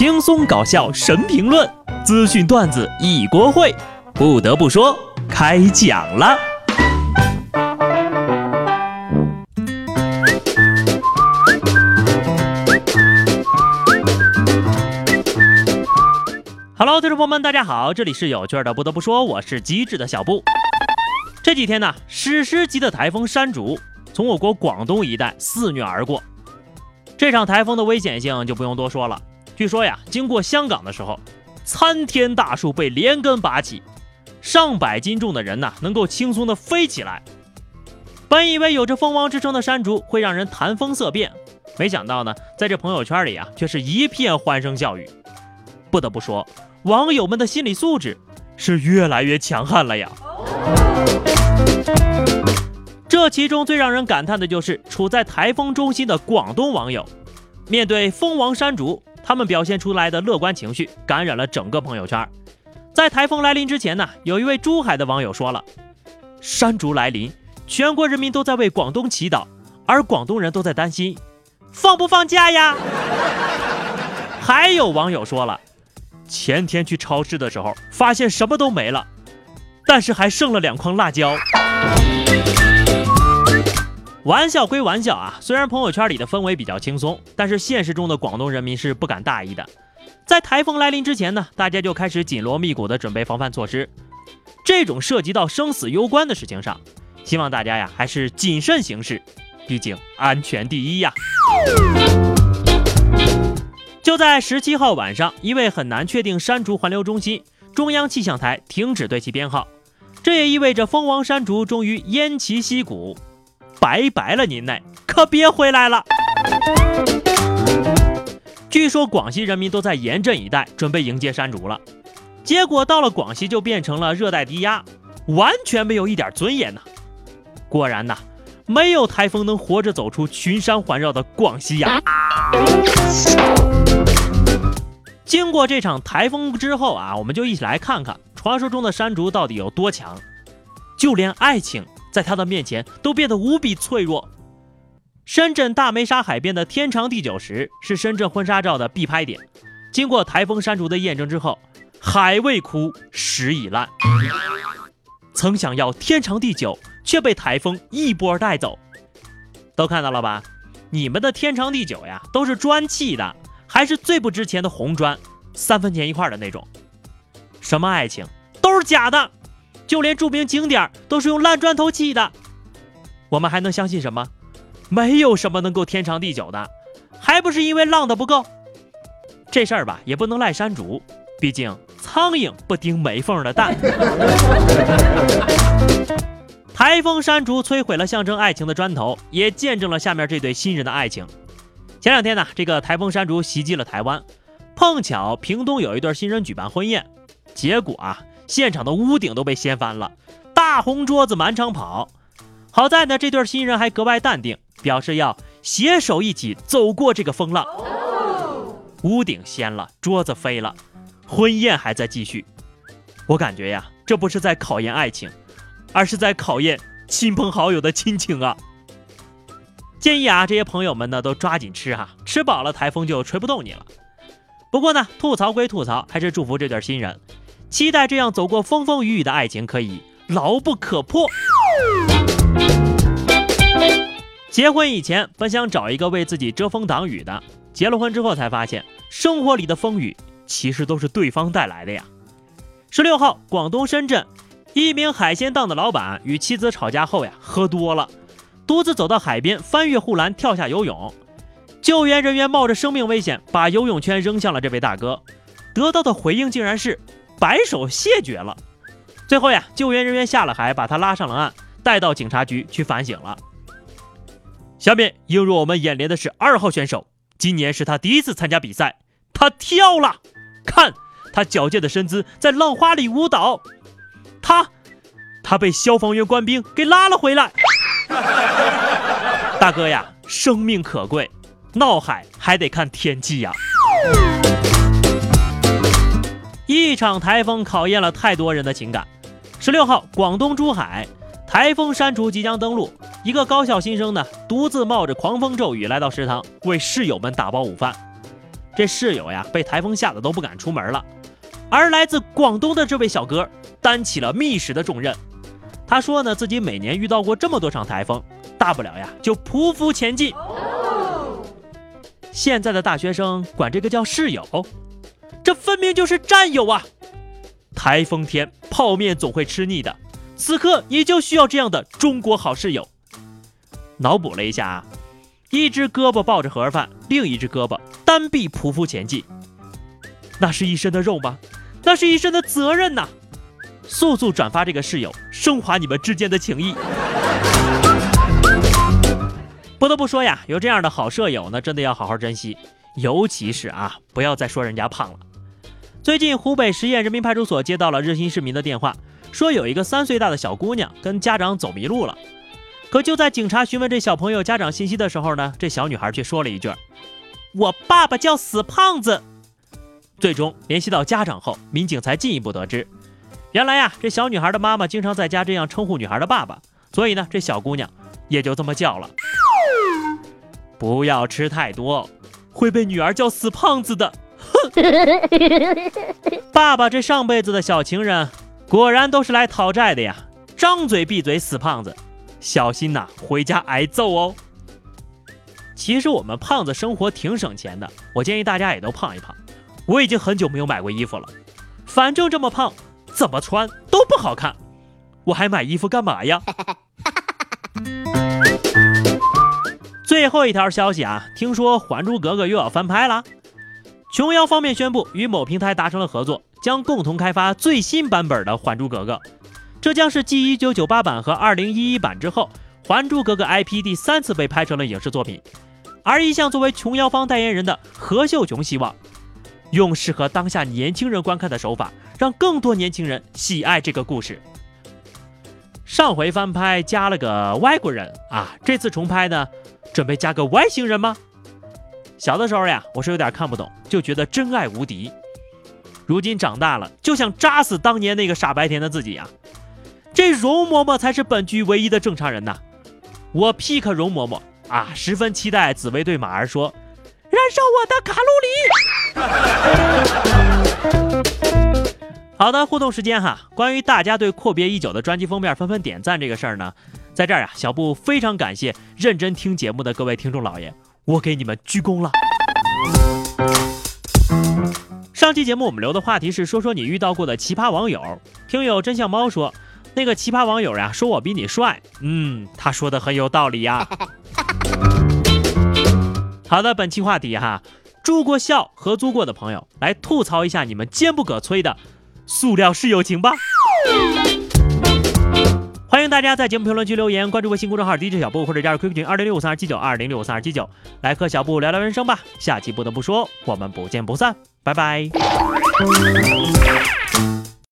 轻松搞笑神评论，资讯段子一锅烩。不得不说，开讲了。Hello， 听众朋友们，大家好，这里是有趣的。不得不说，我是机智的小布。这几天呢，史诗级的台风山竹从我国广东一带肆虐而过。这场台风的危险性就不用多说了。据说呀，经过香港的时候，参天大树被连根拔起，上百斤重的人呢，能够轻松的飞起来。本以为有着蜂王之称的山竹会让人谈风色变，没想到呢，在这朋友圈里啊，却是一片欢声笑语。不得不说，网友们的心理素质是越来越强悍了呀。这其中最让人感叹的就是处在台风中心的广东网友，面对蜂王山竹，他们表现出来的乐观情绪感染了整个朋友圈。在台风来临之前呢，有一位珠海的网友说了，山竹来临，全国人民都在为广东祈祷，而广东人都在担心放不放假呀。还有网友说了，前天去超市的时候发现什么都没了，但是还剩了2筐辣椒。玩笑归玩笑啊，虽然朋友圈里的氛围比较轻松，但是现实中的广东人民是不敢大意的。在台风来临之前呢，大家就开始紧锣密鼓的准备防范措施。这种涉及到生死攸关的事情上，希望大家呀还是谨慎行事，毕竟安全第一呀。就在17号晚上，一位很难确定山竹环流中心，中央气象台停止对其编号，这也意味着蜂王山竹终于偃旗息鼓。拜拜了您嘞，可别回来了。据说广西人民都在严阵以待，准备迎接山竹了，结果到了广西就变成了热带低压，完全没有一点尊严呐。果然呐，没有台风能活着走出群山环绕的广西呀。经过这场台风之后啊，我们就一起来看看传说中的山竹到底有多强。就连爱情在他的面前都变得无比脆弱。深圳大梅沙海边的天长地久石是深圳婚纱照的必拍点。经过台风山竹的验证之后，海未枯，石已烂。曾想要天长地久，却被台风一波带走。都看到了吧？你们的天长地久呀，都是砖砌的，还是最不值钱的红砖，3分钱一块的那种。什么爱情都是假的，就连著名景点都是用烂砖头砌的。我们还能相信什么？没有什么能够天长地久的，还不是因为浪的不够。这事儿吧，也不能赖山竹，毕竟苍蝇不叮没缝的蛋。台风山竹摧毁了象征爱情的砖头，也见证了下面这对新人的爱情。前2天呢，这个台风山竹袭击了台湾，碰巧屏东有一对新人举办婚宴，结果啊，现场的屋顶都被掀翻了，大红桌子满场跑。好在呢，这对新人还格外淡定，表示要携手一起走过这个风浪。屋顶掀了，桌子飞了，婚宴还在继续。我感觉呀，这不是在考验爱情，而是在考验亲朋好友的亲情啊。建议啊，这些朋友们呢都抓紧吃哈，吃饱了台风就吹不动你了。不过呢，吐槽归吐槽，还是祝福这对新人，期待这样走过风风雨雨的爱情可以牢不可破。结婚以前本想找一个为自己遮风挡雨的，结了婚之后才发现，生活里的风雨其实都是对方带来的呀。16号，广东深圳，一名海鲜档的老板与妻子吵架后呀，喝多了，独自走到海边，翻越护栏跳下游泳。救援人员冒着生命危险把游泳圈扔向了这位大哥，得到的回应竟然是摆手谢绝了。最后呀，救援人员下了海，把他拉上了岸，带到警察局去反省了。下面映入我们眼帘的是2号选手，今年是他第一次参加比赛，他跳了，看他矫健的身姿在浪花里舞蹈，他被消防员官兵给拉了回来。大哥呀，生命可贵，闹海还得看天气呀。一场台风考验了太多人的情感。16号，广东珠海，台风山竹即将登陆，一个高校新生呢，独自冒着狂风骤雨来到食堂，为室友们打包午饭。 这室友呀被台风吓得都不敢出门了。而来自广东的这位小哥担起了觅食的重任。他说呢，自己每年遇到过这么多场台风，大不了呀就匍匐前进。现在的大学生管这个叫室友，这分明就是战友啊！台风天泡面总会吃腻的，此刻你就需要这样的中国好室友。脑补了一下啊，一只胳膊抱着盒饭，另一只胳膊单臂匍匐前进，那是一身的肉吗？那是一身的责任呐！速速转发这个室友，升华你们之间的情谊。不得不说呀，有这样的好舍友呢，真的要好好珍惜，尤其是啊，不要再说人家胖了。最近湖北十堰人民派出所接到了热心市民的电话，说有一个3岁大的小姑娘跟家长走迷路了。可就在警察询问这小朋友家长信息的时候呢，这小女孩却说了一句：“我爸爸叫死胖子。”最终联系到家长后，民警才进一步得知，原来呀，这小女孩的妈妈经常在家这样称呼女孩的爸爸，所以呢，这小姑娘也就这么叫了。不要吃太多，会被女儿叫死胖子的。哼！爸爸这上辈子的小情人，果然都是来讨债的呀！张嘴闭嘴死胖子，小心呐，回家挨揍哦。其实我们胖子生活挺省钱的，我建议大家也都胖一胖。我已经很久没有买过衣服了，反正这么胖，怎么穿都不好看，我还买衣服干嘛呀？最后一条消息啊，听说《还珠格格》又要翻拍了。琼瑶方面宣布与某平台达成了合作，将共同开发最新版本的《还珠格格》。这将是继1998版和2011版之后，《还珠格格》IP 第3次被拍成了影视作品。而一向作为琼瑶方代言人的何秀琼希望，用适合当下年轻人观看的手法，让更多年轻人喜爱这个故事。上回翻拍加了个外国人啊，这次重拍呢，准备加个外星人吗？小的时候呀，我是有点看不懂，就觉得真爱无敌。如今长大了，就想扎死当年那个傻白甜的自己啊！这容嬷嬷才是本剧唯一的正常人呐！我 pick 容嬷嬷啊，十分期待紫薇对马儿说：“燃烧我的卡路里！”好的，互动时间哈，关于大家对阔别已久的专辑封面纷纷点赞这个事儿呢，在这儿呀，小布非常感谢认真听节目的各位听众老爷，我给你们鞠躬了。上期节目我们留的话题是说说你遇到过的奇葩网友，听友真相猫说，那个奇葩网友呀说我比你帅，他说的很有道理呀。好的，本期话题哈，住过校合租过的朋友来吐槽一下你们坚不可摧的塑料室友情吧。欢迎大家在节目评论区留言，关注微信公众号 DJ 小布或者加入 QQ 群2065327920653279，来和小布聊聊人生吧。下期不得不说，我们不见不散，拜拜。